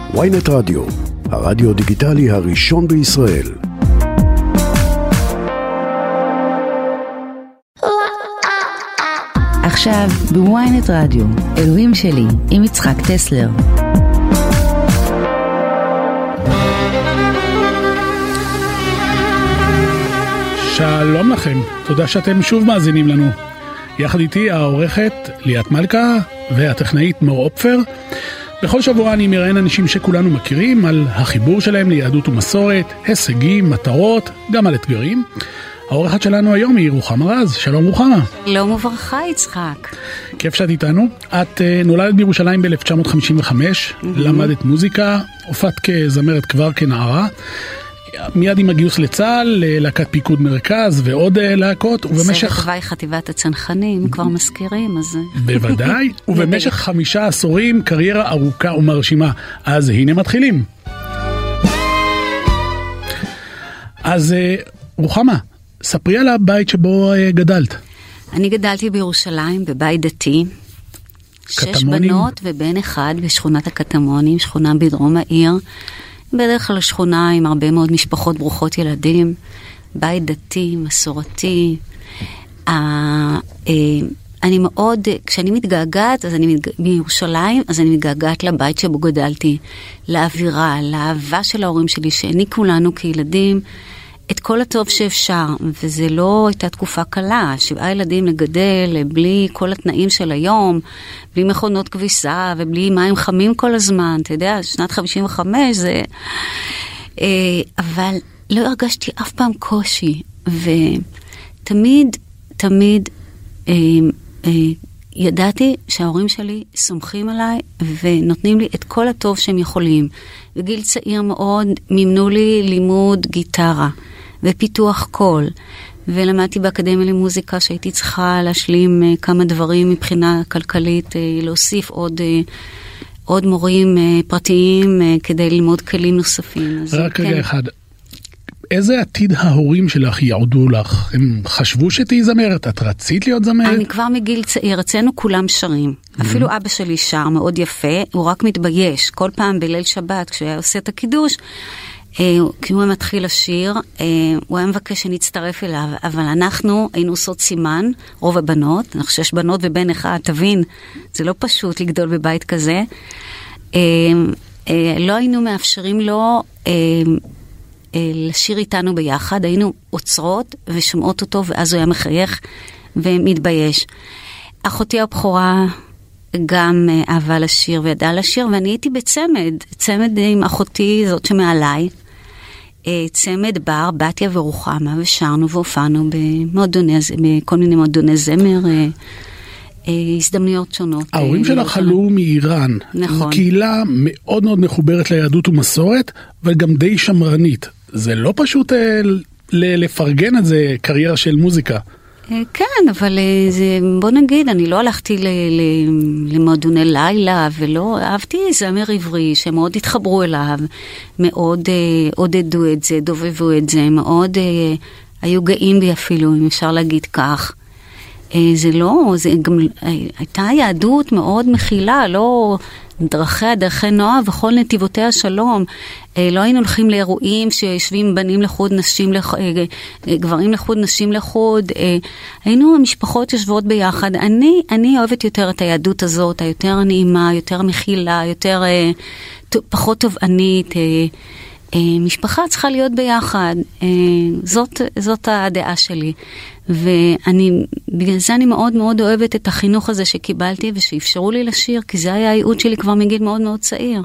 ynet רדיו, הרדיו דיגיטלי הראשון בישראל. עכשיו בוויינט רדיו, אלוהים שלי, עם יצחק טסלר. שלום לכם, תודה שאתם שוב מאזינים לנו. יחד איתי העורכת ליאת מלכה והטכנאית מור אופפר. בכל שבוע אני מראיין אנשים שכולנו מכירים על החיבור שלהם ליהדות ומסורת, הישגים, מטרות, גם על אתגרים. העורכת שלנו היום היא רוחמה רז. שלום רוחמה. שלום וברכה יצחק. כיף שאת איתנו. את נולדת בירושלים ב-1955, למדת מוזיקה, הופעת כזמרת כבר כנערה. מיד עם הגיוס לצה"ל, להקת פיקוד מרכז ועוד להקות, ובמשך... סרט חטיבת הצנחנים, כבר מזכירים, אז... בוודאי, ובמשך 5 עשורים קריירה ארוכה ומרשימה. אז הנה מתחילים. אז רוחמה, ספרי על הבית שבו גדלת. אני גדלתי בירושלים, בבית דתי. קטמונים. 6 בנות ובן אחד בשכונת הקטמונים, שכונה בדרום העיר. בדרך כלל שכונה עם הרבה מאוד משפחות ברוכות ילדים, בית דתי, מסורתי. אני מאוד, כשאני מתגעגעת, בירושלים, אז אני מתגעגעת לבית שבו גדלתי, לאווירה, לאהבה של ההורים שלי, שהעניקו לנו כילדים את כל הטוב שאפשר, וזה לא הייתה תקופה קלה, 7 ילדים לגדל, בלי כל התנאים של היום, בלי מכונות כביסה, ובלי מים חמים כל הזמן, אתה יודע, שנת 55 זה... אבל לא הרגשתי אף פעם קושי, ותמיד, ידעתי שההורים שלי סומכים עליי, ונותנים לי את כל הטוב שהם יכולים. בגיל צעיר מאוד מימנו לי לימוד גיטרה, ופיתוח קול, ולמדתי באקדמיה למוזיקה שהייתי צריכה להשלים כמה דברים מבחינה כלכלית, להוסיף עוד מורים פרטיים כדי ללמוד כלים נוספים. רק רגע אחד, איזה עתיד ההורים שלך יעודו לך? הם חשבו שתהי זמרת? את רצית להיות זמרת? אני כבר מגיל צעיר, אצלנו כולם שרים. אפילו אבא שלי שר מאוד יפה, הוא רק מתבייש. כל פעם בליל שבת, כשהוא היה עושה את הקידוש, כי הוא מתחיל לשיר, הוא היה מבקש שנצטרף אליו, אבל אנחנו היינו עושות סימן, רוב הבנות, אנחנו 6 בנות ובן אחד, תבין, זה לא פשוט לגדול בבית כזה. לא היינו מאפשרים לו לשיר איתנו ביחד, היינו עוצרות ושומעות אותו, ואז הוא היה מחייך ומתבייש. אחותי הבכורה גם אהבה לשיר וידעה לשיר, ואני הייתי צמד עם אחותי, זאת שמעליי, צמד בר, בתיה ורוחמה, ושרנו והופענו בכל מיני מועדוני זמר, הזדמנויות שונות. ההורים שלך עלו מאיראן. נכון. זו קהילה מאוד מאוד מחוברת ליהדות ומסורת, וגם די שמרנית. זה לא פשוט לפרגן את זה קריירה של מוזיקה. כן, אבל בוא נגיד, אני לא הלכתי למועדוני לילה, ולא אהבתי זמר עברי, שהם מאוד התחברו אליו, מאוד עודדו את זה, דובבו את זה, מאוד היו גאים בי אפילו, אם אפשר להגיד כך. זה לא, זה גם הייתה יהדות מאוד מכילה, לא דרכי נועה וכל נתיבותי השלום. לא היינו הולכים לאירועים שיושבים בנים לחוד, גברים לחוד, נשים לחוד. היינו המשפחות יושבות ביחד. אני אוהבת יותר את היהדות הזאת, היותר נעימה, יותר מכילה, יותר פחות תובענית. משפחה צריכה להיות ביחד. זאת הדעה שלי. ובגלל זה אני מאוד מאוד אוהבת את החינוך הזה שקיבלתי ושאפשרו לי לשיר, כי זה היה הייעוד שלי כבר מגיל מאוד מאוד צעיר.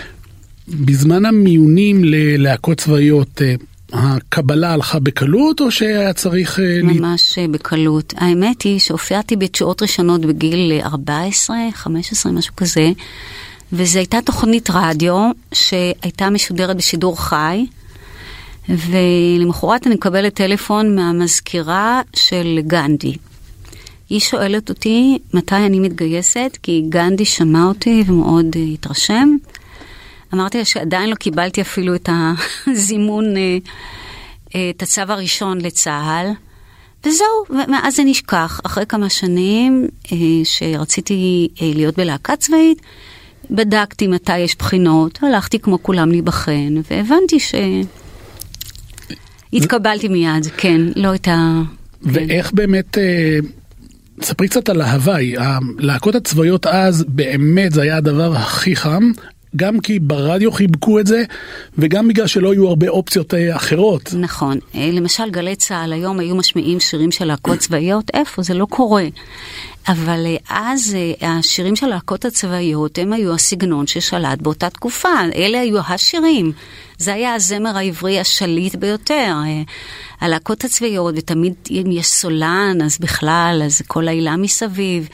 בזמן המיונים ללהקות צבאיות, הקבלה הלכה בקלות או שהיה צריך... ממש בקלות. האמת היא שהופיעתי בתשואות ראשונות בגיל 14, 15, משהו כזה, וזו הייתה תוכנית רדיו שהייתה משודרת בשידור חי, ולמחרת אני מקבלת טלפון מהמזכירה של גנדי. היא שואלת אותי מתי אני מתגייסת, כי גנדי שמע אותי ומאוד התרשם. אמרתי שעדיין לא קיבלתי אפילו את הזימון, את הצו הראשון לצהל. וזהו, ואז זה נשכח. אחרי כמה שנים שרציתי להיות בלהקה צבאית, בדקתי מתי יש בחינות, הלכתי כמו כולם להיבחן, והבנתי התקבלתי מיד, כן, לא הייתה... ואיך באמת, ספרי קצת על ההוואי, הלהקות הצבאיות אז באמת זה היה הדבר הכי חם, גם כי ברדיו חיבקו את זה, וגם בגלל שלא היו הרבה אופציות אחרות. נכון, למשל גלי צהל היום היו משמיעים שירים של להקות צבאיות, איפה? זה לא קורה. אבל אז השירים של להקות הצבאיות הם היו הסגנון ששלט באותה תקופה, אלה היו השירים. זה היה הזמר העברי השליט ביותר, הלהקות הצבאיות, ותמיד אם יש סולן, אז בכלל, אז כל העילה מסביב.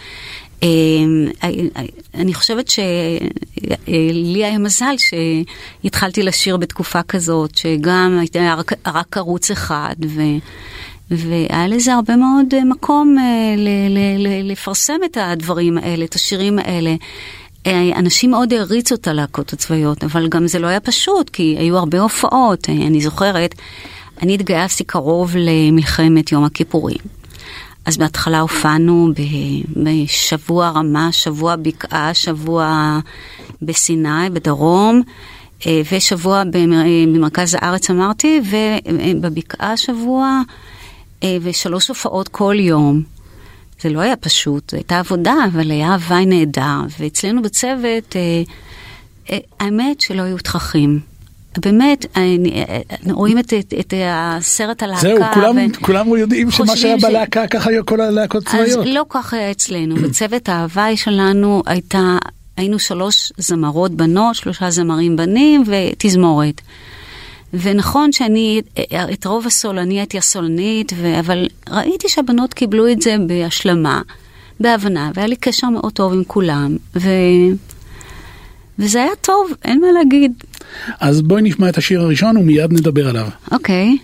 אני חושבת שלי היה מזל שהתחלתי לשיר בתקופה כזאת, שגם הייתה רק ערוץ אחד, והיה לזה הרבה מאוד מקום לפרסם את הדברים האלה, את השירים האלה. אנשים מאוד העריצו את הלהקות הצבאיות, אבל גם זה לא היה פשוט, כי היו הרבה הופעות. אני זוכרת, אני התגייסתי קרוב למלחמת יום הכיפורים. אז בהתחלה הופענו בשבוע רמה, שבוע בקעה, שבוע בסיני, בדרום, ושבוע במרכז הארץ אמרתי, ובבקעה שבוע, ושלוש הופעות כל יום. זה לא היה פשוט, זו הייתה עבודה, אבל היה הוואי נהדר, ואצלנו בצוות, האמת שלא היו תככים. באמת, רואים את הסרט הלהקה. זהו, כולם יודעים שמה שהיה בלהקה, ככה היו כל הלהקות צבאיות. אז לא ככה היה אצלנו. בצוות ההוואי שלנו היינו 3 זמרות בנות, 3 זמרים בנים ותזמורת. ונכון שאני, את רוב הסול, אני הייתי הסולנית, אבל ראיתי שהבנות קיבלו את זה בהשלמה, בהבנה, והיה לי קשר מאוד טוב עם כולם, וזה היה טוב, אין מה להגיד. אז בואי נשמע את השיר הראשון ומיד נדבר עליו. אוקיי.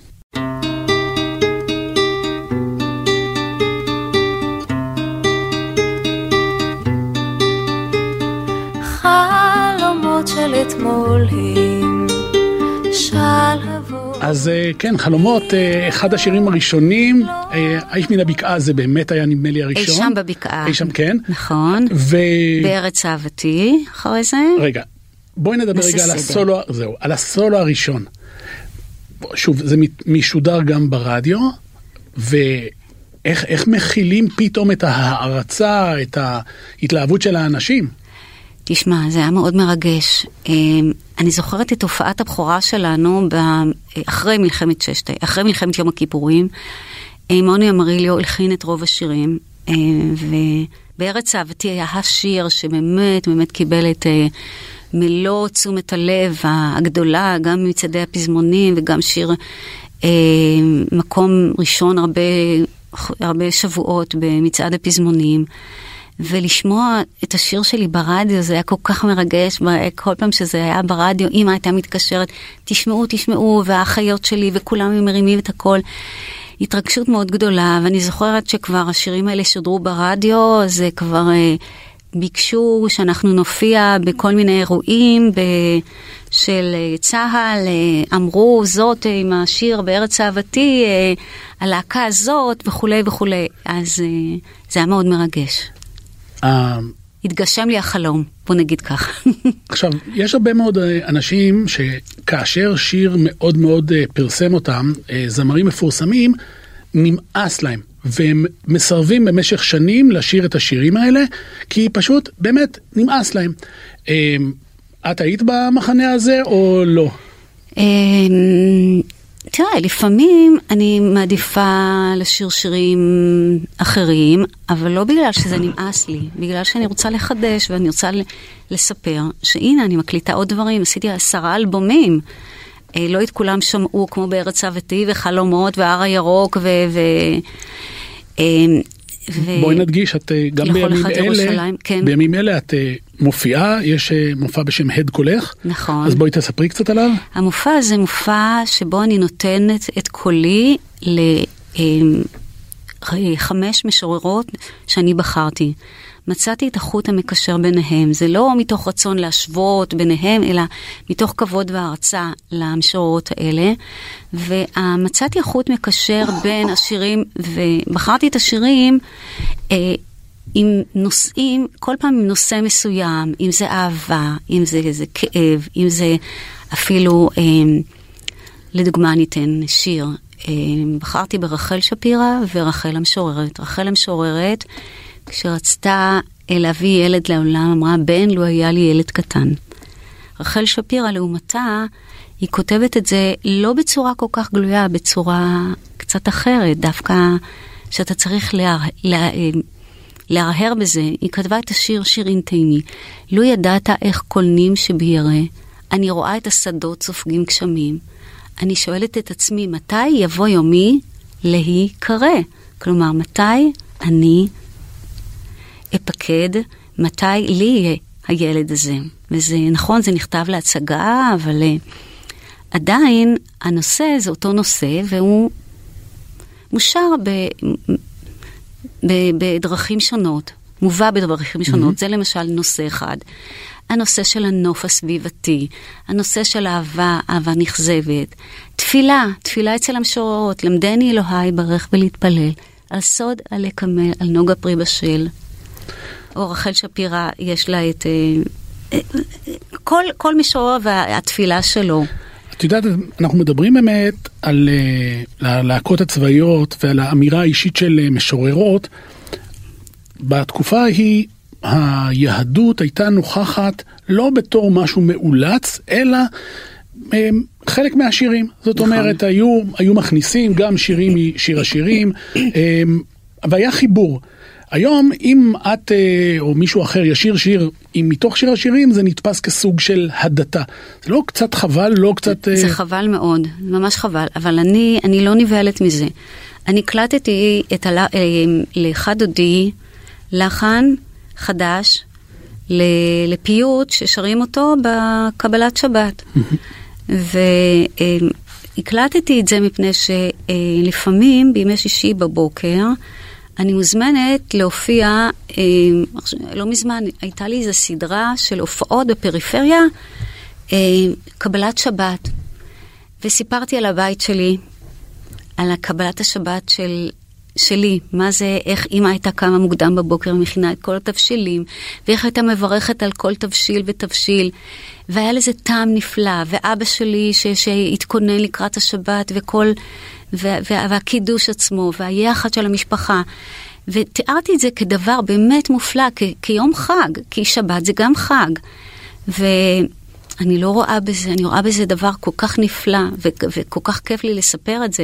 חלומות של אתמול הם שלהבות. אז כן, חלומות, אחד השירים הראשונים, האיש מן הבקעה, זה באמת היה נדמה לי הראשון. אי שם בבקעה. אי שם, כן. נכון. בארץ אהבתי, אחרי זה. רגע, בואי נדבר רגע על הסולו, זהו, על הסולו הראשון. שוב, זה משודר גם ברדיו, ואיך מכילים פתאום את ההערצה, את ההתלהבות של האנשים? תשמע, זה היה מאוד מרגש. אני זוכרת את הופעת הבכורה שלנו אחרי מלחמת יום הכיפורים. מוני אמריליו הלחין את רוב השירים, ובארץ אהבתי היה השיר שבאמת באמת קיבל את מלוא תשומת הלב הגדולה, גם מצעדי הפזמונים וגם שיר מקום ראשון הרבה שבועות במצעד הפזמונים. ולשמוע את השיר שלי ברדיו, זה היה כל כך מרגש, כל פעם שזה היה ברדיו, אמא הייתה מתקשרת, תשמעו, והאחיות שלי, וכולם מרימים את הכל. התרגשות מאוד גדולה, ואני זוכרת שכבר השירים האלה שודרו ברדיו, אז כבר ביקשו שאנחנו נופיע בכל מיני אירועים של צהל, אמרו זאת עם השיר בארץ אהבתי, הלהקה הזאת וכו' וכו'. אז זה היה מאוד מרגש. התגשם לי החלום, בוא נגיד כך. עכשיו, יש הרבה מאוד אנשים שכאשר שיר מאוד מאוד פרסם אותם, זמרים מפורסמים, נמאס להם, והם מסרבים במשך שנים לשיר את השירים האלה, כי פשוט באמת נמאס להם. את היית במחנה הזה או לא? תראה, לפעמים אני מעדיפה לשיר שירים אחרים, אבל לא בגלל שזה נמאס לי, בגלל שאני רוצה לחדש ואני רוצה לספר שהנה אני מקליטה עוד דברים, עשיתי 10 אלבומים, לא את כולם שמעו כמו בארץ אהבתי וחלומות והר הירוק בואי נדגיש, את גם בימים אלה את מופיעה, יש מופע בשם הד קולך. נכון. אז בואי תספרי קצת עליו. המופע הזה מופע שבו אני נותנת את קולי ל5 משוררות שאני בחרתי. מצאתי את החוט המקשר ביניהם. זה לא מתוך רצון להשוות ביניהם, אלא מתוך כבוד והערצה למשוררות האלה. ומצאתי החוט מקשר בין השירים, ובחרתי את השירים עם נושאים, כל פעם עם נושא מסוים, אם זה אהבה, אם זה כאב, אם זה אפילו, לדוגמה ניתן שיר, בחרתי ברחל שפירא ורחל המשוררת. רחל המשוררת, כשרצתה להביא ילד לעולם, אמרה, בן, לו היה לי ילד קטן. רחל שפירא, לעומתה, היא כותבת את זה לא בצורה כל כך גלויה, בצורה קצת אחרת, דווקא שאתה צריך להרהר בזה. היא כתבה את השיר, שיר אינטימי. לא ידעת איך קולנים שבירא, אני רואה את השדות סופגים גשמים. אני שואלת את עצמי, מתי יבוא יומי להיקרא? כלומר, מתי אני אפקד, מתי לי יהיה הילד הזה? וזה נכון, זה נכתב להצגה, אבל עדיין הנושא זה אותו נושא, והוא מושר בדרכים שונות, מובא בדרכים שונות. זה למשל נושא אחד. הנושא של הנוף הסביבתי, הנושא של אהבה, אהבה נכזבת, תפילה אצל המשוררות, למדני אלוהי ברך ולהתפלל, על סוד עלי קמל, על נוגה פרי בשל. או רחל שפירא, יש לה את כל משורר והתפילה שלו. את יודעת, אנחנו מדברים באמת על הלהקות הצבאיות ועל האמירה האישית של משוררות. בתקופה ההיא היהדות הייתה נוכחת לא בתור משהו מאולץ, אלא חלק מהשירים. זאת אומרת, היו מכניסים גם שירים משיר השירים, והיה חיבור. היום, אם את או מישהו אחר ישיר שיר מתוך שיר השירים, זה נתפס כסוג של הדתה. זה לא קצת חבל, לא קצת... זה חבל מאוד, ממש חבל, אבל אני לא נבהלת מזה. אני הקלטתי לאחד דודי לחן חדש לפיוט ששרים אותו בקבלת שבת. והקלטתי את זה מפני שלפעמים בימי שישי בבוקר אני מוזמנת להופיע, לא מזמן הייתה לי איזו סדרה של הופעות בפריפריה, קבלת שבת, וסיפרתי על הבית שלי, על קבלת השבת שלי, מה זה, איך אמא הייתה קמה מוקדם בבוקר ומכינה את כל התבשילים, ואיך הייתה מברכת על כל תבשיל ותבשיל, והיה לזה טעם נפלא, ואבא שלי שהתכונן לקראת השבת, והקידוש עצמו, והיחד של המשפחה, ותיארתי את זה כדבר באמת מופלא, כיום חג, כי שבת זה גם חג, ואני לא רואה בזה, אני רואה בזה דבר כל כך נפלא, וכל כך כיף לי לספר את זה,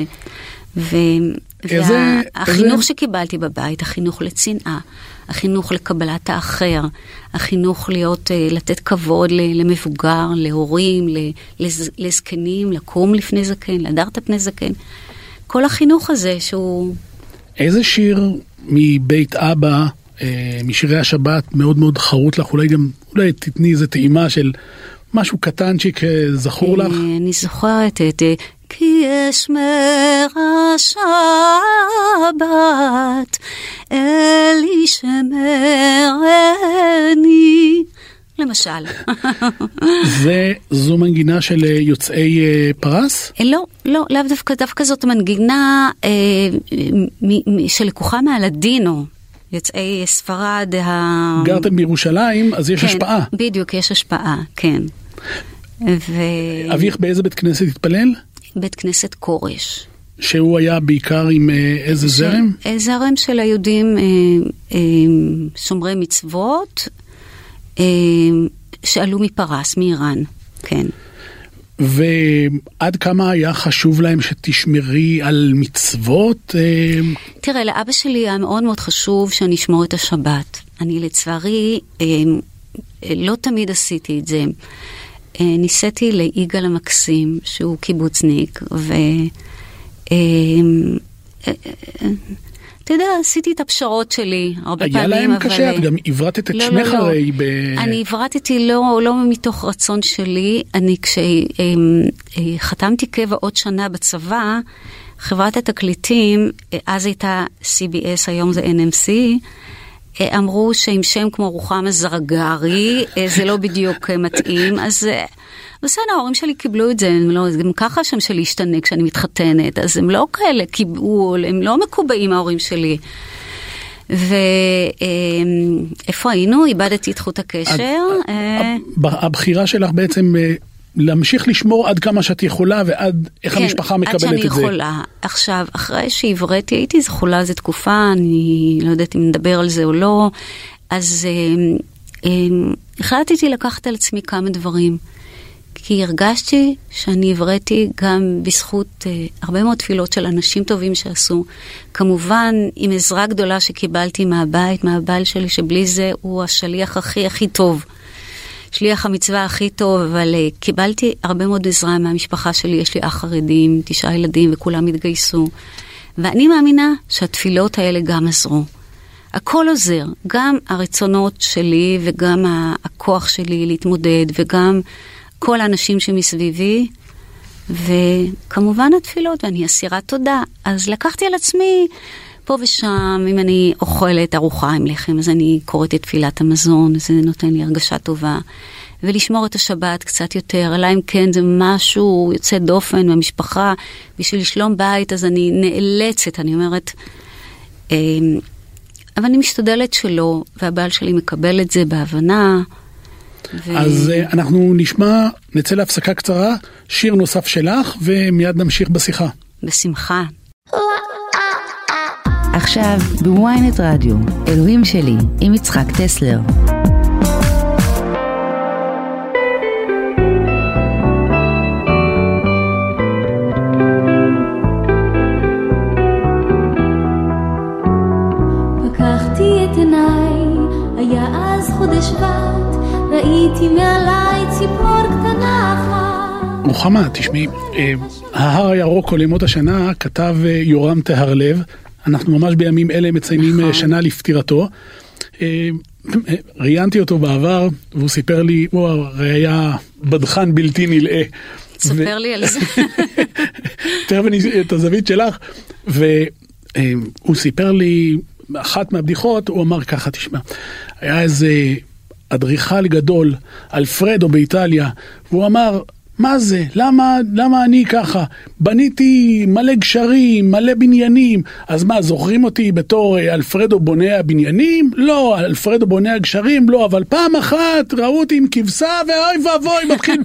והחינוך שקיבלתי בבית, החינוך לצנעה, החינוך לקבלת האחר, החינוך לתת כבוד למבוגר, להורים, לזקנים, לקום לפני זקן, לדרת פני זקן. כל החינוך הזה שהוא... איזה שיר מבית אבא, משירי השבת, מאוד מאוד חרוט לך? אולי תתני איזה טעימה של משהו קטנצ'יק זכור לך? אני זוכרת את... כי אשמר השבת, אלי שמרני, למשל. זו מנגינה של יוצאי פרס? לא, לאו דווקא זאת מנגינה שלקוחה מהלדינו, יוצאי ספרד. גרתם בירושלים, אז יש השפעה. בדיוק, יש השפעה, כן. אביך באיזה בית כנסת התפלל? בית כנסת קורש. שהוא היה בעיקר עם איזה זרם? זרם של היהודים שומרי מצוות, שעלו מפרס, מאיראן, כן. ועד כמה היה חשוב להם שתשמרי על מצוות? תראה, לאבא שלי היה מאוד מאוד חשוב שאני אשמור את השבת. אני לצערי לא תמיד עשיתי את זה. ניסיתי ליגאל המקסים, שהוא קיבוצניק, אתה יודע, עשיתי את הפשרות שלי הרבה פעמים. היה להם קשה, את גם עברתת את שמך הרי. אני עברתתי לא מתוך רצון שלי, אני כשחתמתי קבע עוד שנה בצבא, חברת התקליטים, אז הייתה CBS, היום זה NMC, אמרו שעם שם כמו רוחמה זרגרי, זה לא בדיוק מתאים, אז בסדר, ההורים שלי קיבלו את זה, גם ככה השם שלי השתנה כשאני מתחתנת, אז הם לא כאלה קיבלו, הם לא מקובעים ההורים שלי. ואיפה היינו? איבדתי את חוט הקשר. הבחירה שלך בעצם להמשיך לשמור עד כמה שאת יכולה, ועד איך המשפחה מקבלת את זה. עד שאני יכולה. עכשיו, אחרי שהבראתי, הייתי זכולה איזו תקופה, אני לא יודעת אם נדבר על זה או לא, אז החלטתי לקחת על עצמי כמה דברים. כי הרגשתי שאני הבראתי גם בזכות הרבה מאוד תפילות של אנשים טובים שעשו. כמובן, עם עזרה גדולה שקיבלתי מהבית, מהבעל שלי, שבלי זה הוא השליח הכי טוב. שליח המצווה הכי טוב, אבל קיבלתי הרבה מאוד עזרה מהמשפחה שלי. יש לי אח חרדים, 9 ילדים, וכולם התגייסו. ואני מאמינה שהתפילות האלה גם עזרו. הכל עוזר, גם הרצונות שלי, וגם הכוח שלי להתמודד, וגם כל האנשים שמסביבי, וכמובן התפילות, ואני אסירת תודה. אז לקחתי על עצמי פה ושם, אם אני אוכלת ארוחה עם לחם, אז אני קוראת את תפילת המזון, זה נותן לי הרגשה טובה. ולשמור את השבת קצת יותר, אלא אם כן זה משהו יוצא דופן במשפחה, בשביל לשלום בית, אז אני נאלצת, אני אומרת, אבל אני משתדלת שלא, והבעל שלי מקבל את זה בהבנה. אז אנחנו נצא להפסקה קצרה, שיר נוסף שלך, ומיד נמשיך בשיחה. בשמחה. עכשיו בוויינט רדיו, אלוהים שלי, עם יצחק טסלר. פקחתי את עיניי, היה אז חודש שבט, ראיתי מעליי ציפור קטנה אחת. מוחמד, תשמעי, ההר הירוק כל ימות השנה כתב יורם תהרלב, אנחנו ממש בימים אלה מציינים שנה לפטירתו. ראיינתי אותו בעבר, והוא סיפר לי, הוא היה בדחן בלתי נלאה. ספר לי על זה. תכף את הזווית שלך, והוא סיפר לי, אחת מהבדיחות, הוא אמר ככה, תשמע, היה איזה אדריכל גדול, אלפרדו באיטליה, והוא אמר, מה זה? למה אני ככה? בניתי מלא גשרים, מלא בניינים. אז מה, זוכרים אותי בתור אלפרדו בונה הבניינים? לא, אלפרדו בונה הגשרים? לא, אבל פעם אחת ראו אותי עם כבשה, ואוי ואבוי, מתחיל...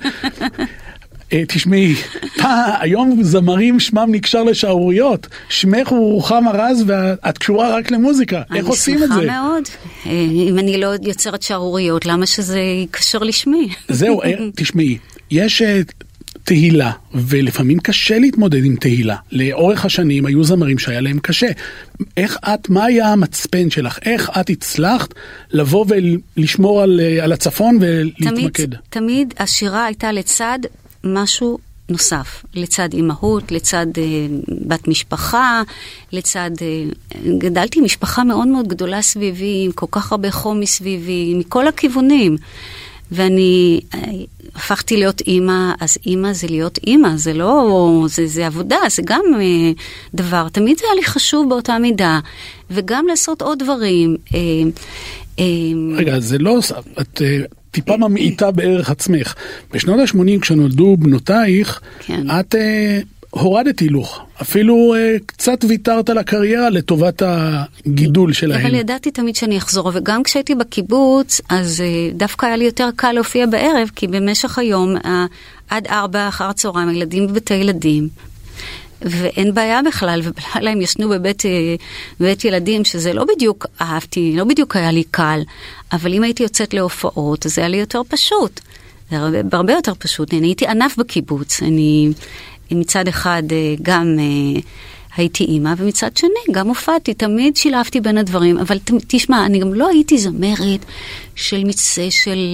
תשמעי, היום זמרים שמם נקשר לשערוריות. שמך הוא רוחמה רז, ואת קשורה רק למוזיקה. איך עושים את זה? אני שמחה מאוד. אם אני לא יוצרת שערוריות, למה שזה יקשר לשמי? זהו, תשמעי. יש תהילה, ולפעמים קשה להתמודד עם תהילה. לאורך השנים היו זמרים שהיה להם קשה. מה היה המצפן שלך? איך את הצלחת לבוא ולשמור על הצפון ולהתמקד? תמיד השירה הייתה לצד משהו נוסף. לצד אימהות, לצד בת משפחה, לצד... גדלתי משפחה מאוד מאוד גדולה סביבי, עם כל כך הרבה חום מסביבי, מכל הכיוונים. ואני הפכתי להיות אימא, אז אימא זה להיות אימא, זה לא, זה עבודה, זה גם דבר. תמיד זה היה לי חשוב באותה מידה, וגם לעשות עוד דברים. רגע, זה לא, את טיפה ממעיטה בערך עצמך. בשנות ה-80 כשנולדו בנותייך, כן. את הורדת הילוך. אפילו קצת ויתרת על הקריירה לטובת הגידול שלהם. אבל ידעתי תמיד שאני אחזור, וגם כשהייתי בקיבוץ, אז דווקא היה לי יותר קל להופיע בערב, כי במשך היום, עד 4 אחר הצהריים, הילדים בבתי ילדים, ואין בעיה בכלל, ובלילה הם ישנו בבית ילדים, שזה לא בדיוק אהבתי, לא בדיוק היה לי קל, אבל אם הייתי יוצאת להופעות, אז זה היה לי יותר פשוט. זה הרבה יותר פשוט. אני הייתי ענף בקיבוץ, אני... מצד אחד גם הייתי אימא, ומצד שני גם הופעתי, תמיד שילבתי בין הדברים, אבל תשמע, אני גם לא הייתי זמרת של מצא,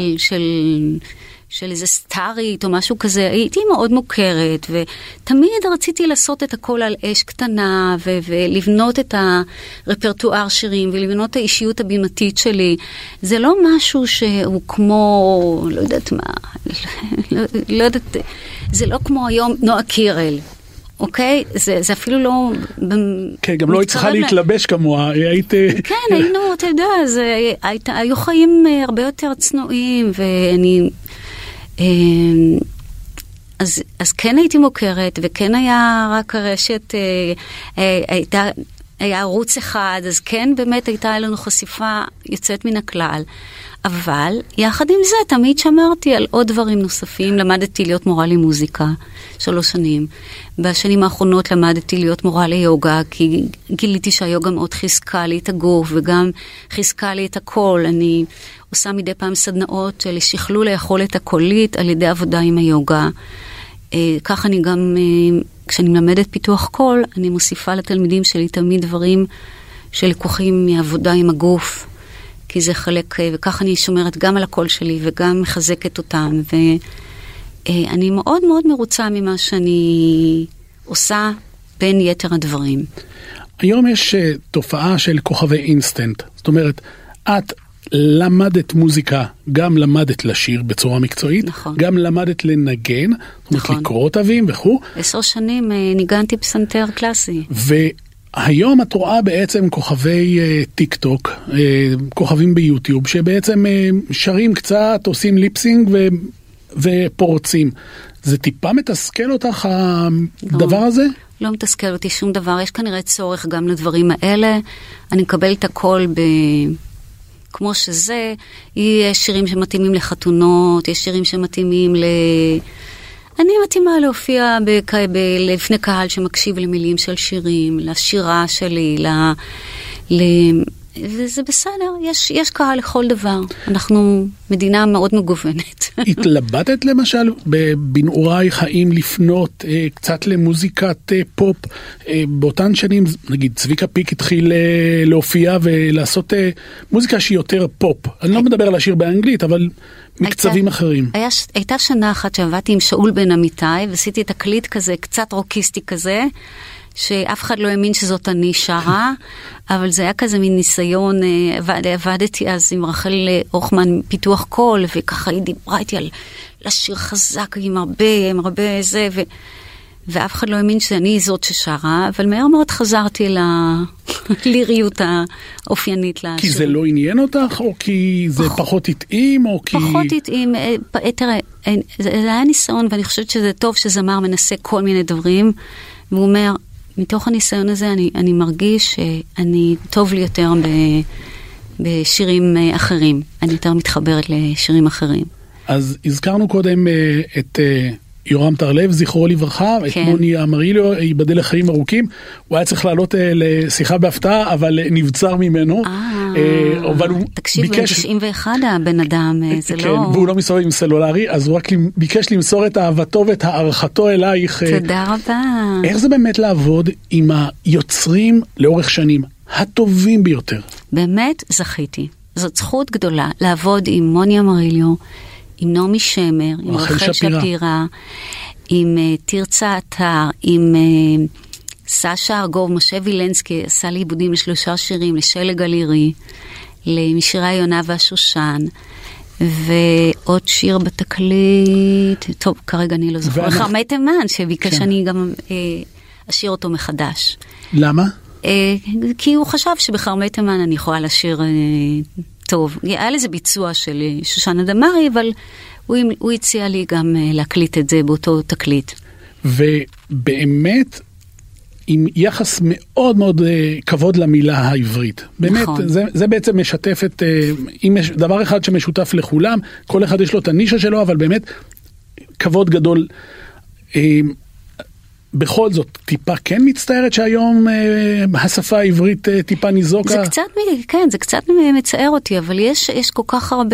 של איזה סטארית או משהו כזה, הייתי מאוד מוכרת, ותמיד רציתי לעשות את הכל על אש קטנה, ולבנות את הרפרטואר שירים, ולבנות את האישיות הבימתית שלי. זה לא משהו שהוא כמו, לא יודעת מה, לא יודעת, זה לא כמו היום נועה קירל. אוקיי? זה אפילו לא... כן, גם לא צריכה להתלבש כמוה, היית... כן, היינו, אתה יודע, היו חיים הרבה יותר צנועים, ואני... אז כן הייתי מוכרת, וכן היה רק הרשת, הייתה היה ערוץ אחד, אז כן, באמת הייתה לנו חשיפה יוצאת מן הכלל. אבל יחד עם זה תמיד שמרתי על עוד דברים נוספים. למדתי להיות מורה למוזיקה 3 שנים. בשנים האחרונות למדתי להיות מורה ליוגה, כי גיליתי שהיוגה מאוד חיזקה לי את הגוף וגם חיזקה לי את הקול. אני עושה מדי פעם סדנאות לשכלול היכולת הקולית על ידי עבודה עם היוגה. כך אני גם, כשאני מלמדת פיתוח קול, אני מוסיפה לתלמידים שלי תמיד דברים שלקוחים מעבודה עם הגוף. כי זה חלק, וכך אני שומרת גם על הקול שלי וגם מחזקת אותם, ואני מאוד מאוד מרוצה ממה שאני עושה בין יתר הדברים. היום יש תופעה של כוכבי אינסטנט, זאת אומרת, את למדת מוזיקה, גם למדת לשיר בצורה מקצועית, נכון. גם למדת לנגן, זאת אומרת נכון. לקרוא תווים וכו'. 10 שנים ניגנתי פסנתר קלאסי. היום את רואה בעצם כוכבי טיק טוק, כוכבים ביוטיוב, שבעצם שרים קצת, עושים ליפסינג ופורצים. זה טיפה מתסכל אותך הדבר הזה? לא מתסכל אותי שום דבר, יש כנראה צורך גם לדברים האלה. אני מקבל את הכל כמו שזה. יש שירים שמתאימים לחתונות, יש שירים שמתאימים אני מתאימה להופיע לפני קהל שמקשיב למילים של שירים, לשירה שלי, וזה בסדר, יש קהל לכל דבר. אנחנו מדינה מאוד מגוונת. התלבטת למשל בנעורייך האם לפנות קצת למוזיקת פופ? באותן שנים, נגיד, צביקה פיק התחיל להופיע ולעשות מוזיקה שהיא יותר פופ. אני לא מדבר על השיר באנגלית, אבל מקצבים אחרים. הייתה שנה אחת שעבדתי עם שאול בן אמיתי, ועשיתי תקליט כזה, קצת רוקיסטי כזה, שאף אחד לא האמין שזאת אני שרה, אבל זה היה כזה מין ניסיון. עבדתי אז עם רחל אוחמן פיתוח קול, וככה היא דיברה איתי על לשיר חזק עם הרבה זה, ואף אחד לא האמין שאני זאת ששרה, אבל מהר מאוד חזרתי לליריות האופיינית לשיר. כי זה לא עניין אותך, או כי זה פחות התאים, או כי... פחות התאים. תראה, זה היה ניסיון, ואני חושבת שזה טוב שזמר מנסה כל מיני דברים, והוא אומר, מתוך הניסיון הזה אני מרגיש שאני טוב לי יותר בשירים אחרים. אני יותר מתחברת לשירים אחרים. אז הזכרנו קודם את יורם טרלב, זכרו לברכה, את מוני אמריליו, ייבדל לחיים ארוכים. הוא היה צריך לעלות לשיחה בהפתעה, אבל נבצר ממנו. תקשיב, בן 91 הבן אדם, זה לא... כן, והוא לא מסתובב עם סלולרי, אז הוא רק ביקש למסור את אהבתו ואת הערכתו אלייך. תודה רבה. איך זה באמת לעבוד עם היוצרים לאורך שנים הטובים ביותר? באמת זכיתי. זאת זכות גדולה לעבוד עם מוני אמריליו, עם נעמי שמר, עם רחל שפירא, עם תרצה אתר, עם סשה ארגוב, משה וילנסקי, עשה לי עיבודים ל3 שירים, לשלג הלירי, משירי יונה והשושן, ועוד שיר בתקליט, טוב, כרגע אני לא זוכר, חרמי תימן, שביקש שאני גם אשיר אותו מחדש. למה? כי הוא חשב שבחרמי תימן אני יכולה לשיר... טוב, היה לזה ביצוע של שושנה דמארי, אבל הוא הציע לי גם להקליט את זה באותו תקליט. ובאמת, עם יחס מאוד מאוד כבוד למילה העברית. באמת, נכון. זה בעצם משתף את, אם יש דבר אחד שמשותף לכולם, כל אחד יש לו את הנישה שלו, אבל באמת, כבוד גדול. בכל זאת, טיפה כן מצטערת שהיום השפה העברית טיפה ניזוקה? זה קצת, כן, זה קצת מצער אותי, אבל יש כל כך הרבה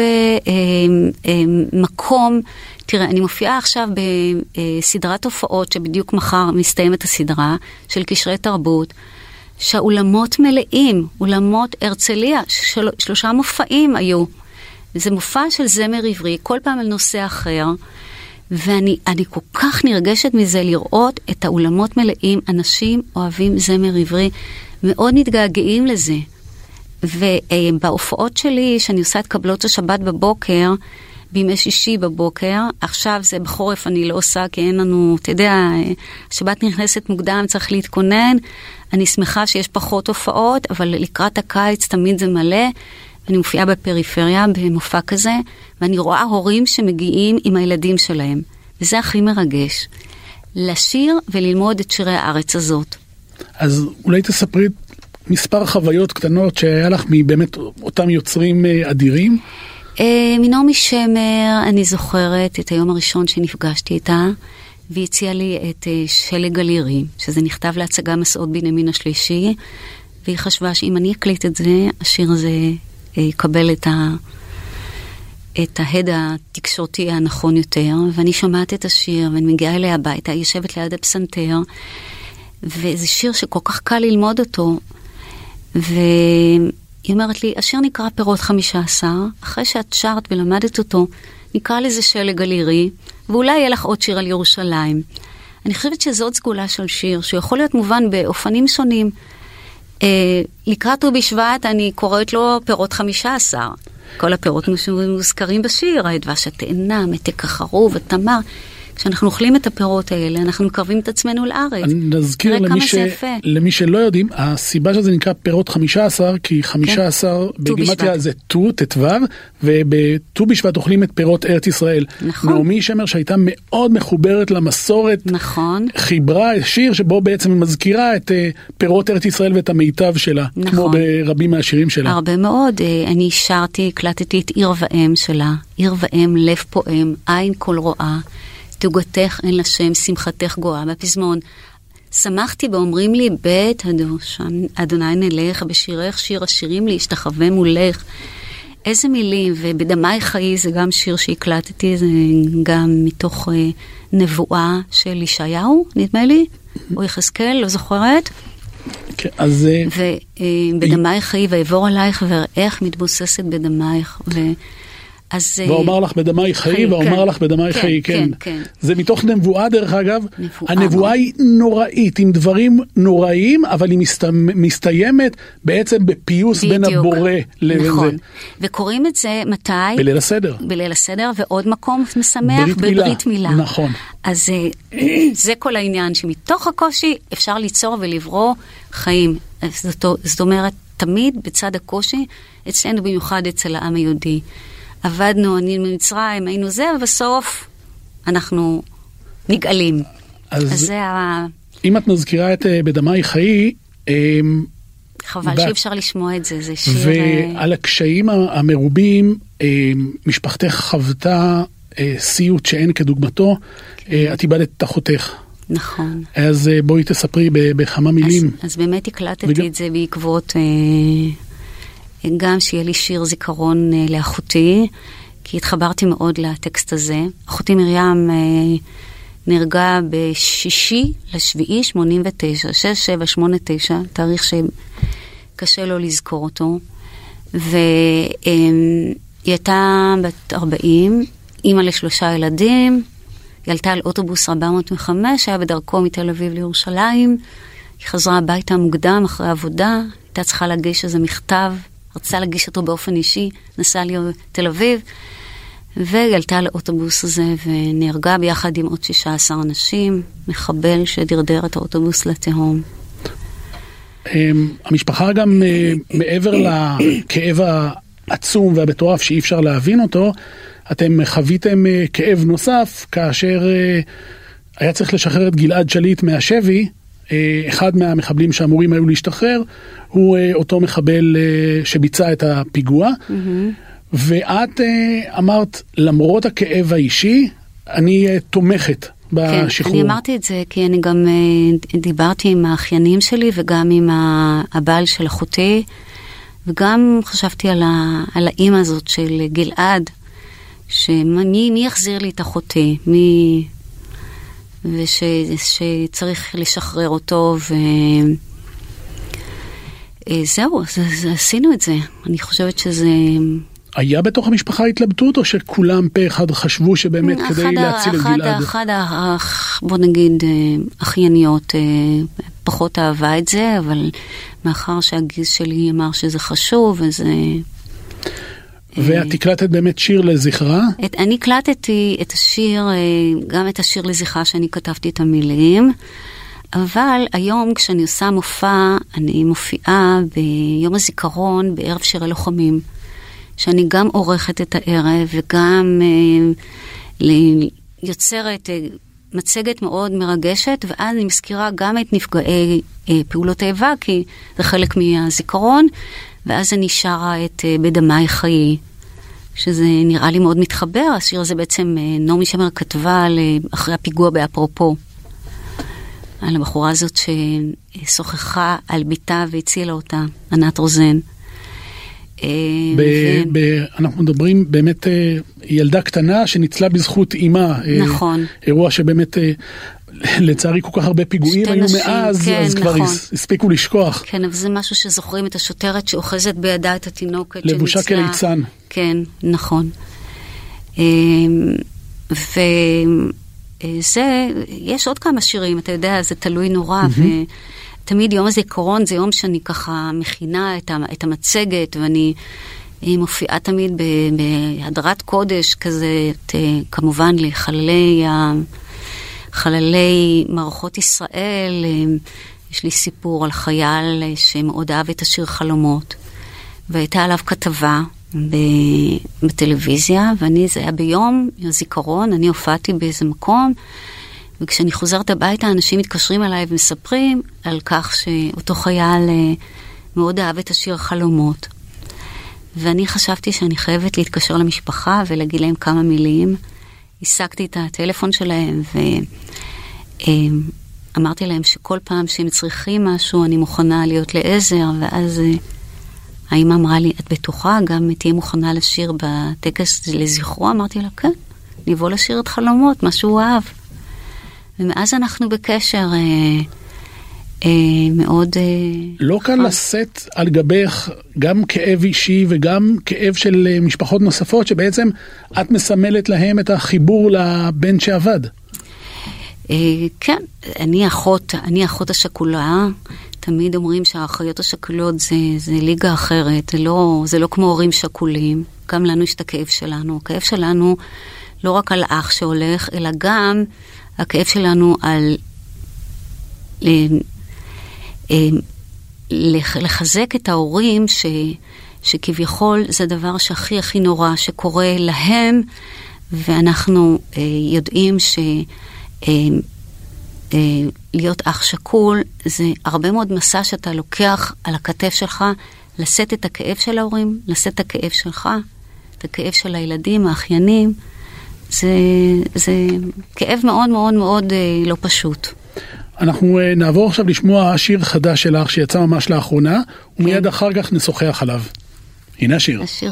מקום. תראה, אני מופיעה עכשיו בסדרת הופעות, שבדיוק מחר מסתיימת הסדרה, של קשרי תרבות, שהאולמות מלאים, אולמות הרצליה, 3 מופעים היו. זה מופע של זמר עברי, כל פעם על נושא אחר, ואני כל כך נרגשת מזה לראות את האולמות מלאים, אנשים אוהבים זמר עברי, מאוד מתגעגעים לזה. ובהופעות שלי, שאני עושה את קבלות השבת בבוקר, בימי שישי בבוקר, עכשיו זה בחורף אני לא עושה, כי אין לנו, אתה יודע, השבת נכנסת מוקדם, צריך להתכונן, אני שמחה שיש פחות הופעות, אבל לקראת הקיץ תמיד זה מלא, אני מופיעה בפריפריה במופע כזה, ואני רואה הורים שמגיעים עם הילדים שלהם. וזה הכי מרגש. לשיר וללמוד את שירי הארץ הזאת. אז אולי תספרי מספר חוויות קטנות שהיה לך מבאמת אותם יוצרים אדירים? מנעמי שמר, אני זוכרת את היום הראשון שנפגשתי איתה, והיא הציעה לי את שלג הלירי, שזה נכתב להצגה מסעות בנימין השלישי, והיא חשבה שאם אני אקליט את זה, השיר הזה יקבל את ההד התקשורתי הנכון יותר, ואני שומעת את השיר, ואני מגיעה אליה הביתה, היא יושבת ליד הפסנתר, וזה שיר שכל כך קל ללמוד אותו, והיא אומרת לי, השיר נקרא פירות 15, אחרי שאת שרת ולמדת אותו, נקרא לזה שלג הלירי, ואולי יהיה לך עוד שיר על ירושלים. אני חושבת שזאת סגולה של שיר, שיכול להיות מובן באופנים שונים. לקראת ט"ו בשבט אני קוראת לו פירות 15. כל הפירות מוזכרים בשיר, הדבש, התאנה, מתק החרוב, התמר. כשאנחנו אוכלים את הפירות האלה, אנחנו מקרבים את עצמנו לארץ. נזכיר למי שלא יודעים, הסיבה שזה נקרא פירות 15, כי 15 בגימטריה זה ט"ו, ובט"ו בשבט אוכלים את פירות ארץ ישראל. נכון. נעמי שמר שהייתה מאוד מחוברת למסורת, נכון. חיברה שיר שבו בעצם מזכירה את פירות ארץ ישראל ואת המיטב שלה, נכון. כמו ברבים מהשירים שלה. הרבה מאוד. אני שרתי, הקלטתי את עיר ואם שלה, עיר ואם, לב פועם, עין כל רואה, תוגתך אין לשם, שמחתך גואה. בפזמון, שמחתי באומרים לי, בית אדוני נלך, בשירך שיר השירים לי, השתחווה מולך. איזה מילים, ובדמי חיי זה גם שיר שהקלטתי, זה גם מתוך נבואה של ישעיהו, נדמה לי, או יחזקאל, לא זוכרת. כן, אז... ובדמי חיי, ויעבור עלייך, ואיך מתבוססת בדמייך, ואומר לך בדמי חיי, ואומר לך בדמי חיי, כן. זה מתוך נבואה דרך אגב. הנבואה היא נוראית, עם דברים נוראים, אבל היא מסתיימת בעצם בפיוס בין הבורא לבין זה. וקוראים את זה מתי? בליל הסדר. בליל הסדר, ועוד מקום משמח, בברית מילה. נכון. אז זה כל העניין, שמתוך הקושי אפשר ליצור ולברוא חיים. זאת אומרת, תמיד בצד הקושי, אצלנו במיוחד אצל העם היהודי. עבדנו, אני ממצרים, היינו זה, ובסוף אנחנו נגאלים. אז זה אם את מזכירה את בדמי חיי, חבל שאי אפשר לשמוע את זה, זה שיר... ועל הקשיים המרובים, משפחתך חוותה סיוט שאין כדוגמתו, את איבדת את אחותך. נכון. אז בואי תספרי בכמה מילים. אז באמת הקלטתי את זה בעקבות... גם שיהיה לי שיר זיכרון לאחותי, כי התחברתי מאוד לטקסט הזה. אחותי מרים נהרגה ב6/7/89, 6789, תאריך שקשה לו לזכור אותו. והיא הייתה בת 40, אימא ל3 ילדים, היא עלתה על אוטובוס 405, היה בדרכו מתל אביב לירושלים, היא חזרה הביתה מוקדם אחרי עבודה, הייתה צריכה להגיש איזה מכתב, רצה להגיש אותו באופן אישי, נסעה לי לתל אביב, והיא עלתה לאוטובוס הזה ונהרגה ביחד עם עוד 16 אנשים, מחבל שדרדר את האוטובוס לתהום. המשפחה גם מעבר לכאב העצום והמטורף שאי אפשר להבין אותו, אתם חוויתם כאב נוסף כאשר היה צריך לשחרר את גלעד שליט מהשבי, אחד מהמחבלים שאמורים היו להשתחרר, הוא אותו מחבל שביצע את הפיגוע, ואת אמרת, למרות הכאב האישי, אני תומכת בשחרור. כן, אני אמרתי את זה, כי אני גם דיברתי עם האחיינים שלי, וגם עם הבעל של אחותי, וגם חשבתי על האמא הזאת של גלעד, מי יחזיר לי את אחותי, ושצריך לשחרר אותו, וזהו, עשינו את זה. אני חושבת שזה... היה בתוך המשפחה התלבטות, או שכולם פה אחד חשבו שבאמת כדי להציל את גלעד? בוא נגיד, אחייניות פחות אהבה את זה, אבל מאחר שהגיס שלי אמר שזה חשוב, וזה... ואת הקלטת באמת שיר לזכרה? אני הקלטתי את השיר, גם את השיר לזכרה שאני כתבתי את המילים, אבל היום כשאני עושה מופע, אני מופיעה ביום הזיכרון בערב שירי לוחמים, שאני גם עורכת את הערב וגם יוצרת מצגת מאוד מרגשת, ואז אני מזכירה גם את נפגעי פעולות האיבה, כי זה חלק מהזיכרון, ואז אני שרה את בדמי חיי, שזה נראה לי מאוד מתחבר. השיר הזה בעצם נעמי שמר כתבה אחרי הפיגוע באפרופו, על הבחורה הזאת ששוחחה על ביתה והצילה אותה, ענת רוזן. אנחנו מדברים באמת ילדה קטנה שניצלה בזכות אימה. נכון. אירוע שבאמת לצערי כל כך הרבה פיגועים היו מאז, כן, אז כבר נכון. הספיקו לשכוח. כן, אבל זה משהו שזוכרים את השוטרת שאוחזת בידה את התינוקת לבושה כליצן. כן, נכון. וזה, יש עוד כמה שירים, אתה יודע, זה תלוי נורא, ותמיד יום הזיכרון זה יום שאני ככה מכינה את המצגת, ואני מופיעה תמיד בהדרת קודש כזה, כמובן לחללי מערכות ישראל. יש לי סיפור על חייל שמאוד אהב את השיר חלומות, והייתה עליו כתבה בטלוויזיה, זה היה ביום הזיכרון, אני הופעתי באיזה מקום, וכשאני חוזרת הביתה, אנשים מתקשרים אליי ומספרים על כך שאותו חייל מאוד אהב את השיר חלומות. ואני חשבתי שאני חייבת להתקשר למשפחה ולהגיד להם כמה מילים. השגתי את הטלפון שלהם ואמרתי להם שכל פעם שהם צריכים משהו, אני מוכנה להיות לעזר, ואז האמא אמרה לי, את בטוחה גם תהיה מוכנה לשיר בטקס לזכרו? אמרתי לה, כן, נבוא לשיר את חלומות, מה שהוא אהב. ומאז אנחנו בקשר מאוד... לא קל לשאת על גבך גם כאב אישי וגם כאב של משפחות נוספות, שבעצם את מסמלת להם את החיבור לבן שעבד. כן, אני אחות השכולה. תמיד אומרים שהאחיות השכולות זה ליגה אחרת, זה לא כמו הורים שכולים. גם לנו יש את הכאב שלנו. הכאב שלנו לא רק על אח שהולך, אלא גם הכאב שלנו על לחזק את ההורים שכביכול זה דבר שהכי הכי נורא שקורה להם, ואנחנו יודעים להיות אח שכול זה הרבה מאוד מסע שאתה לוקח על הכתף שלך, לשאת את הכאב של ההורים, לשאת את הכאב שלך, את הכאב של הילדים, האחיינים. זה כאב מאוד מאוד מאוד לא פשוט. אנחנו נעבור עכשיו לשמוע שיר חדש שלך שיצא ממש לאחרונה, ומיד אחר כך נשוחח עליו. הנה השיר. השיר.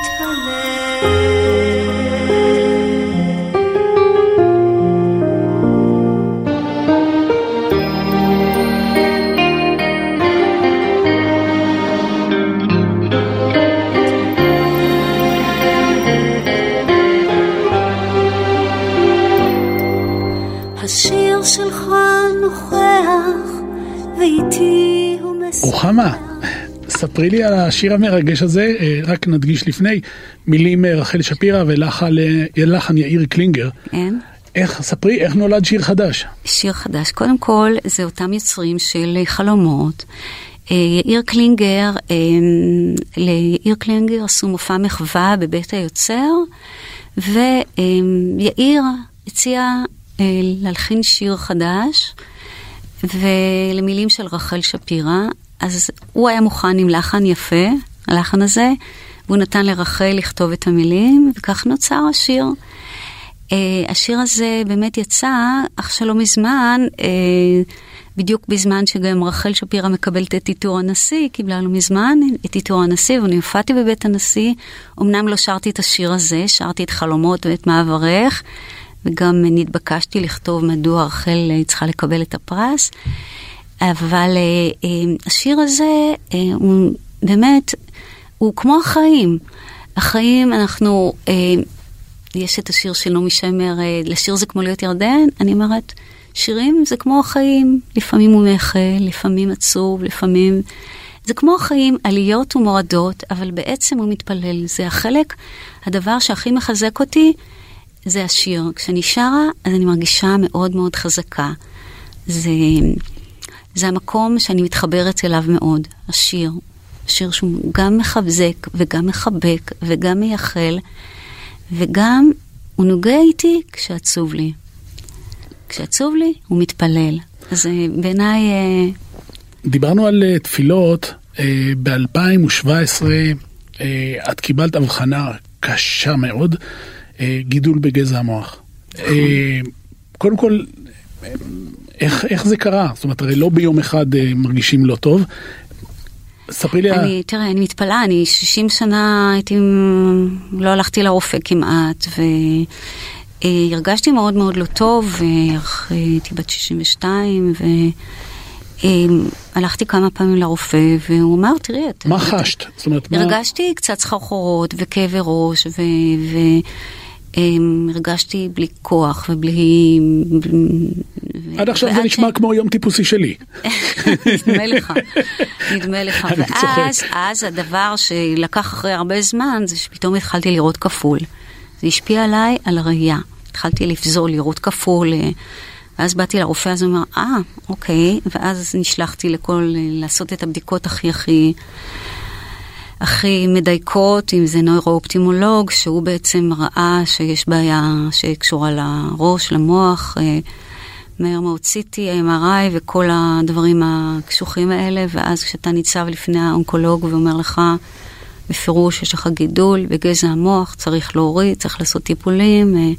השיר שלך נוכח ואיתי הוא מסע. רוחמה, ספרי לי על השיר המרגש הזה, רק נדגיש לפני, מילים רחל שפירא ולחן יאיר קלינגר. כן. ספרי, איך נולד שיר חדש? שיר חדש, קודם כל, זה אותם יוצרים של חלומות. יאיר קלינגר עשו מופע מחווה בבית היוצר, ויאיר הציע להלחין שיר חדש, ולמילים של רחל שפירא. אז הוא היה מוכן עם לחן יפה, הלחן הזה, והוא נתן לרחל לכתוב את המילים, וכך נוצר השיר. השיר הזה באמת יצא, אך שלא מזמן, בדיוק בזמן שגם רחל שפירא מקבלת את עיטור הנשיא, קיבלה לו מזמן את עיטור הנשיא, ואני הופעתי בבית הנשיא. אמנם לא שרתי את השיר הזה, שרתי את חלומות ואת מעברך, וגם נתבקשתי לכתוב מדוע רחל צריכה לקבל את הפרס. אבל השיר הזה הוא באמת, הוא כמו החיים. החיים, אנחנו, יש את השיר של נעמי שמר, לשיר זה כמו להיות ירדן. אני אומרת, שירים זה כמו החיים. לפעמים הוא מאחל, לפעמים עצוב, לפעמים... זה כמו החיים, עליות ומורדות, אבל בעצם הוא מתפלל. זה החלק, הדבר שהכי מחזק אותי, זה השיר. כשאני שרה, אז אני מרגישה מאוד מאוד חזקה. זה המקום שאני מתחברת אליו מאוד, השיר. השיר שהוא גם מחבזק וגם מחבק וגם מייחל, וגם הוא נוגע איתי כשעצוב לי. כשעצוב לי, הוא מתפלל. אז בעיניי... דיברנו על תפילות, ב-2017 את קיבלת הבחנה קשה מאוד, גידול בגזע המוח. קודם כל, איך זה קרה? זאת אומרת, הרי לא ביום אחד מרגישים לא טוב. ספרי לי... תראה, אני מתפלאה, אני 60 שנה לא הלכתי לרופא כמעט, והרגשתי מאוד מאוד לא טוב, הייתי בת 62, הלכתי כמה פעמים לרופא, והוא אמר, תראי, מה חשת? זאת אומרת, הרגשתי קצת סחרחורות וכאבי ראש, הרגשתי בלי כוח ובלי... עד עכשיו זה נשמע כמו יום טיפוסי שלי. נדמה לך. ואז הדבר שלקח אחרי הרבה זמן, זה שפתאום התחלתי לראות כפול. זה השפיע עליי על הראייה. התחלתי לפזול, לראות כפול, ואז באתי לרופא, אז הוא אמר, אוקיי, ואז נשלחתי לעשות את הבדיקות הכי מדייקות, אם זה נוירואופטימולוג, שהוא בעצם ראה שיש בעיה שקשורה לראש, למוח, מהר מאוד CT, MRI וכל הדברים הקשוחים האלה, ואז כשאתה ניצב לפני האונקולוג ואומר לך, בפירוש יש לך גידול בגזע המוח, צריך להוריד, צריך לעשות טיפולים.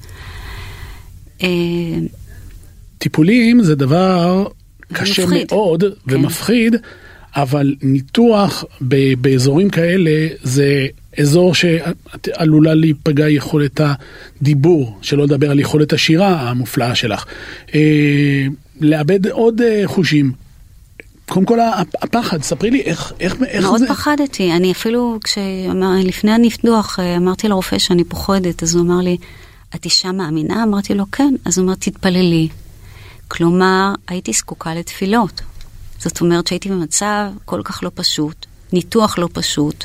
טיפולים זה דבר קשה מאוד ומפחיד, אבל ניתוח באזורים כאלה זה אזור שעלולה להיפגע יכולת הדיבור, שלא לדבר על יכולת השירה המופלאה שלך. לאבד עוד חושים. קודם כל הפחד, ספרי לי איך זה? מאוד פחדתי, אני אפילו לפני הניתוח אמרתי לרופא שאני פוחדת, אז הוא אמר לי, את אישה מאמינה? אמרתי לו כן, אז הוא אמר תתפללי. כלומר, הייתי זקוקה לתפילות. זאת אומרת שהייתי במצב כל כך לא פשוט, ניתוח לא פשוט.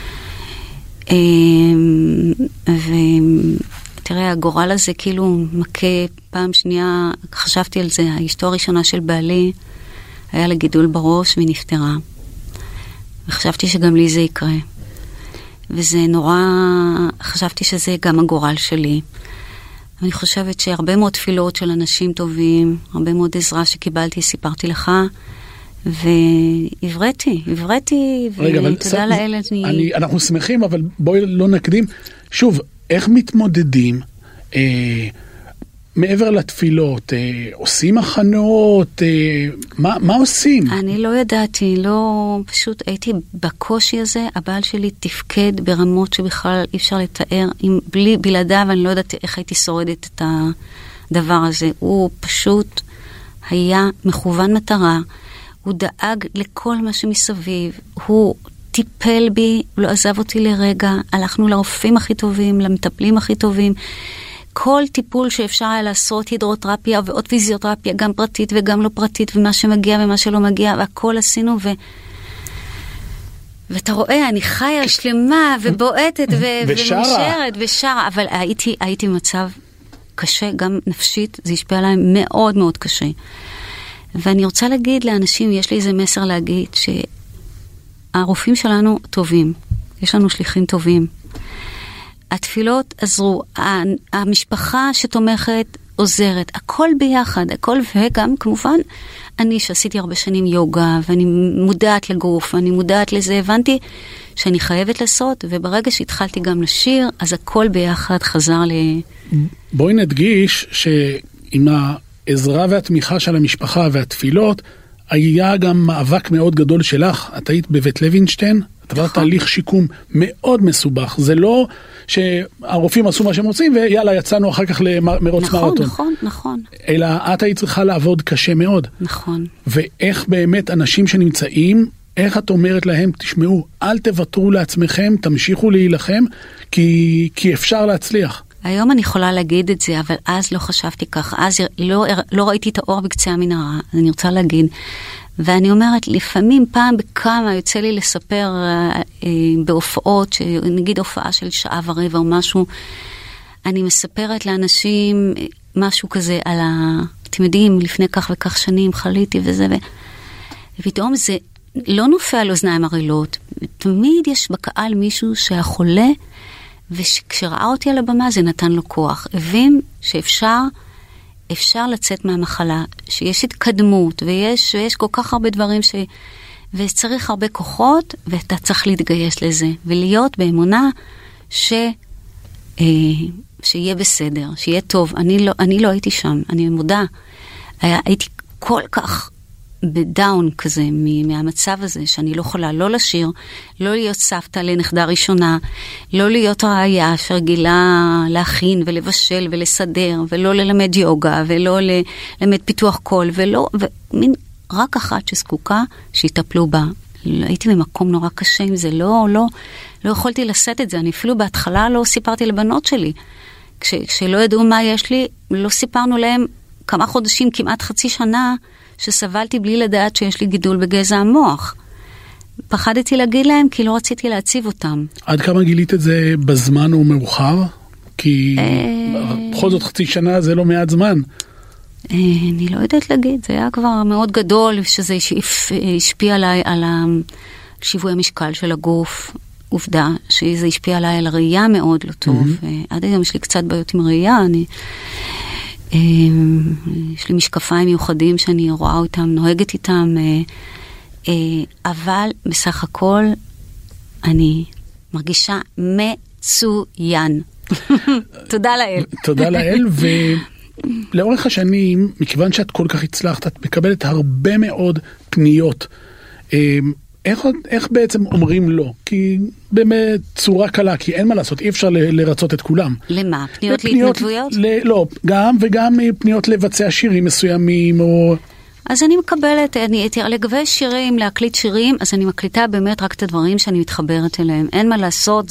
ותראה, הגורל הזה כאילו מכה פעם שנייה, חשבתי על זה, האשתו הראשונה של בעלי היה לה גידול בראש והיא נפטרה. וחשבתי שגם לי זה יקרה. וזה נורא, חשבתי שזה גם הגורל שלי. אני חושבת שהרבה מאוד תפילות של אנשים טובים, הרבה מאוד עזרה שקיבלתי, סיפרתי לך, והבראתי, ותודה לאל. אנחנו שמחים, אבל בואי לא נקדים. שוב, איך מתמודדים מעבר לתפילות? עושים הכנות? מה עושים? אני לא ידעתי, פשוט הייתי בקושי הזה, הבעל שלי תפקד ברמות שבכלל אי אפשר לתאר, בלעדיו אני לא ידעתי איך הייתי שורדת את הדבר הזה. הוא פשוט היה מכוון מטרה, הוא דאג לכל מה שמסביב, הוא טיפל בי, לא עזב אותי לרגע, הלכנו לרופאים הכי טובים, למטפלים הכי טובים, כל טיפול שאפשר היה לעשות, הידרותרפיה ועוד פיזיותרפיה, גם פרטית וגם לא פרטית, ומה שמגיע ומה שלא מגיע, והכל עשינו, ואתה רואה, אני חיה שלמה ובועטת ומושרת ושרה, אבל הייתי במצב קשה, גם נפשית, זה השפיע עליי מאוד מאוד קשה. ואני רוצה להגיד לאנשים, יש לי איזה מסר להגיד, שהרופאים שלנו טובים, יש לנו שליחים טובים. התפילות עזרו, המשפחה שתומכת עוזרת, הכל ביחד, הכל, וגם כמובן, אני שעשיתי הרבה שנים יוגה, ואני מודעת לגוף, ואני מודעת לזה, הבנתי שאני חייבת לעשות, וברגע שהתחלתי גם לשיר, אז הכל ביחד חזר בואי נדגיש שעם העזרה והתמיכה של המשפחה והתפילות, היה גם מאבק מאוד גדול שלך. את היית בבית לוינשטיין, את עברת תהליך שיקום מאוד מסובך. זה לא שהרופאים עשו מה שהם רוצים, ויאללה, יצאנו אחר כך למרוץ מרתון. נכון. אלא את היית צריכה לעבוד קשה מאוד. נכון. ואיך באמת אנשים שנמצאים, איך את אומרת להם, תשמעו, אל תוותרו לעצמכם, תמשיכו להילחם, כי אפשר להצליח. היום אני יכולה להגיד את זה, אבל אז לא חשבתי כך. אז לא ראיתי את האור בקצה המנהרה, אני רוצה להגיד. ואני אומרת, לפעמים פעם בכמה יוצא לי לספר בהופעות, נגיד הופעה של שעה ורבע או משהו, אני מספרת לאנשים משהו כזה על אתם יודעים, לפני כך וכך שנים חליתי וזה, ופתאום זה לא נופל על אוזניים ערלות. תמיד יש בקהל מישהו שהחולה, וכשראה אותי על הבמה זה נתן לו כוח. הבין שאפשר אפשר לצאת מהמחלה, שיש התקדמות, ויש כל כך הרבה דברים וצריך הרבה כוחות, ואתה צריך להתגייס לזה, ולהיות באמונה שיהיה בסדר, שיהיה טוב. אני לא הייתי שם, אני מודה. הייתי כל כך בדאון כזה, מהמצב הזה, שאני לא יכולה לא לשיר, לא להיות סבתא לנכדה ראשונה, לא להיות רעיה שרגילה להכין ולבשל ולסדר, ולא ללמד יוגה, ולא ללמד פיתוח קול, ומין רק אחת שזקוקה שיטפלו בה. הייתי במקום נורא קשה עם זה, לא יכולתי לשאת את זה. אני אפילו בהתחלה לא סיפרתי לבנות שלי. כשלא ידעו מה יש לי, לא סיפרנו להם כמה חודשים, כמעט חצי שנה, שסבלתי בלי לדעת שיש לי גידול בגזע המוח. פחדתי להגיד להם, כי לא רציתי להציב אותם. עד כמה גילית את זה בזמן או מאוחר? כי בכל זאת חצי שנה זה לא מעט זמן. אני לא יודעת להגיד, זה היה כבר מאוד גדול, שזה השפיע עליי על שיווי המשקל של הגוף. עובדה שזה השפיע עליי על הראייה מאוד לא טוב. עד היום יש לי קצת בעיות עם ראייה, יש לי משקפיים מיוחדים שאני רואה אותם, נוהגת איתם, אבל בסך הכל אני מרגישה מצוין. תודה לאל. תודה לאל, ולאורך השנים, מכיוון שאת כל כך הצלחת, את מקבלת הרבה מאוד פניות. איך בעצם אומרים לא? כי באמת צורה קלה, כי אין מה לעשות, אי אפשר לרצות את כולם. למה? פניות להתנדבויות? לא, וגם פניות לבצע שירים מסוימים, או... אז אני מקבלת, לגבי שירים, להקליט שירים, אז אני מקליטה באמת רק את הדברים שאני מתחברת אליהם. אין מה לעשות,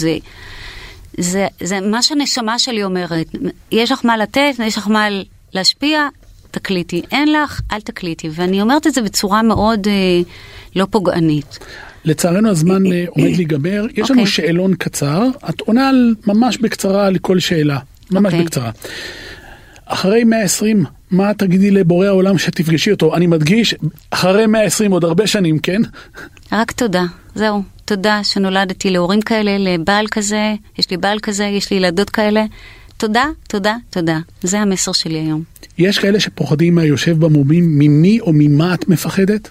זה מה שהנשמה שלי אומרת. יש לך מה לתת, יש לך מה להשפיע, תקליטי. אין לך, אל תקליטי. ואני אומרת את זה בצורה מאוד לא פוגענית. לצערנו הזמן עומד להיגמר. יש לנו שאלון קצר. את עונה ממש בקצרה לכל שאלה. ממש בקצרה. אחרי 120, מה תגידי לבורא העולם שתפגשי אותו? אני מדגיש, אחרי 120 עוד הרבה שנים, כן? רק תודה. זהו. תודה שנולדתי להורים כאלה, לבעל כזה, יש לי בעל כזה, יש לי ילדות כאלה. תודה, תודה, תודה. זה המסר שלי היום. יש כאלה שפוחדים מהיושב במומים, ממי או ממה את מפחדת?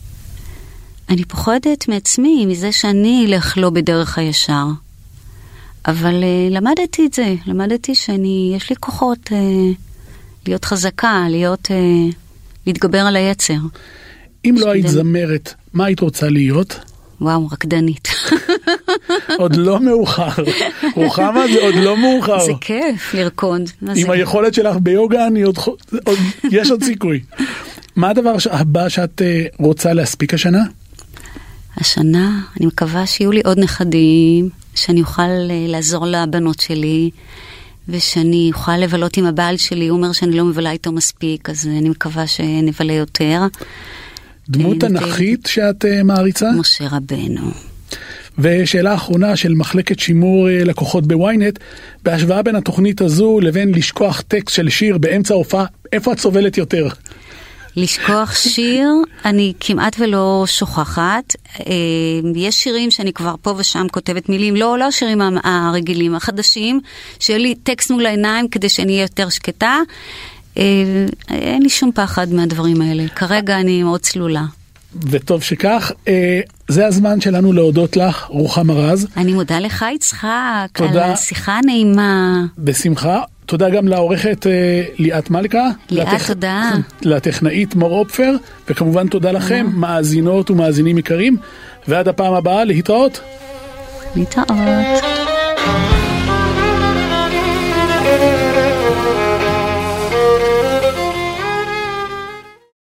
אני פוחדת מעצמי, מזה שאני אלך לא בדרך הישר. אבל למדתי את זה, למדתי יש לי כוחות להיות חזקה, להתגבר על היצר. אם לא היית זמרת, מה היית רוצה להיות? וואו, רקדנית. עוד לא מאוחר. רוחמה, זה עוד לא מאוחר. זה כיף לרקוד. עם היכולת שלך ביוגה, יש עוד סיכוי. מה הדבר הבא שאת רוצה להספיק השנה? השנה, אני מקווה שיהיו לי עוד נכדים, שאני אוכל לעזור לבנות שלי, ושאני אוכל לבלות עם הבעל שלי. הוא אומר שאני לא מבלה איתו מספיק, אז אני מקווה שנבלה יותר. דמות תנכית שאת מעריצה? משה רבנו. ושאלה אחרונה של מחלקת שימור לקוחות בוויינט, בהשוואה בין התוכנית הזו לבין לשכוח טקסט של שיר באמצע ההופעה, איפה את סובלת יותר? לשכוח שיר, אני כמעט ולא שוכחת. יש שירים שאני כבר פה ושם כותבת מילים, לא השירים הרגילים, החדשים, שיהיה לי טקסט מול העיניים כדי שאני אהיה יותר שקטה. אין לי שום פחד מהדברים האלה. כרגע אני מאוד צלולה. וטוב שכך. זה הזמן שלנו להודות לך, רוחמה רז. אני מודה לך, יצחק, על השיחה הנעימה. בשמחה. תודה גם לעורכת ליאת מלכה. ליאת, תודה. לטכנאית מור אופפר, וכמובן תודה לכם, מאזינות ומאזינים יקרים. ועד הפעם הבאה, להתראות. להתראות.